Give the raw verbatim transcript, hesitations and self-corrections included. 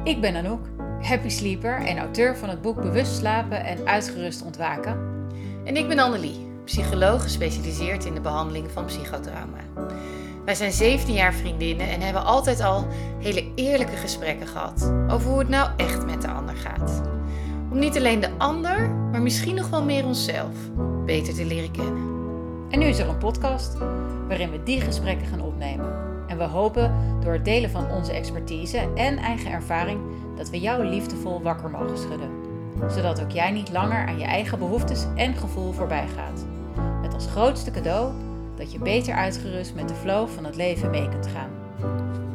Ik ben Anouk, happy sleeper en auteur van het boek Bewust slapen en uitgerust ontwaken. En ik ben Annelie, psycholoog gespecialiseerd in de behandeling van psychotrauma. Wij zijn zeventien jaar vriendinnen en hebben altijd al hele eerlijke gesprekken gehad over hoe het nou echt met de ander gaat. Om niet alleen de ander, maar misschien nog wel meer onszelf beter te leren kennen. En nu is er een podcast waarin we die gesprekken gaan opnemen. En we hopen door het delen van onze expertise en eigen ervaring dat we jou liefdevol wakker mogen schudden. Zodat ook jij niet langer aan je eigen behoeftes en gevoel voorbij gaat. Met als grootste cadeau dat je beter uitgerust met de flow van het leven mee kunt gaan.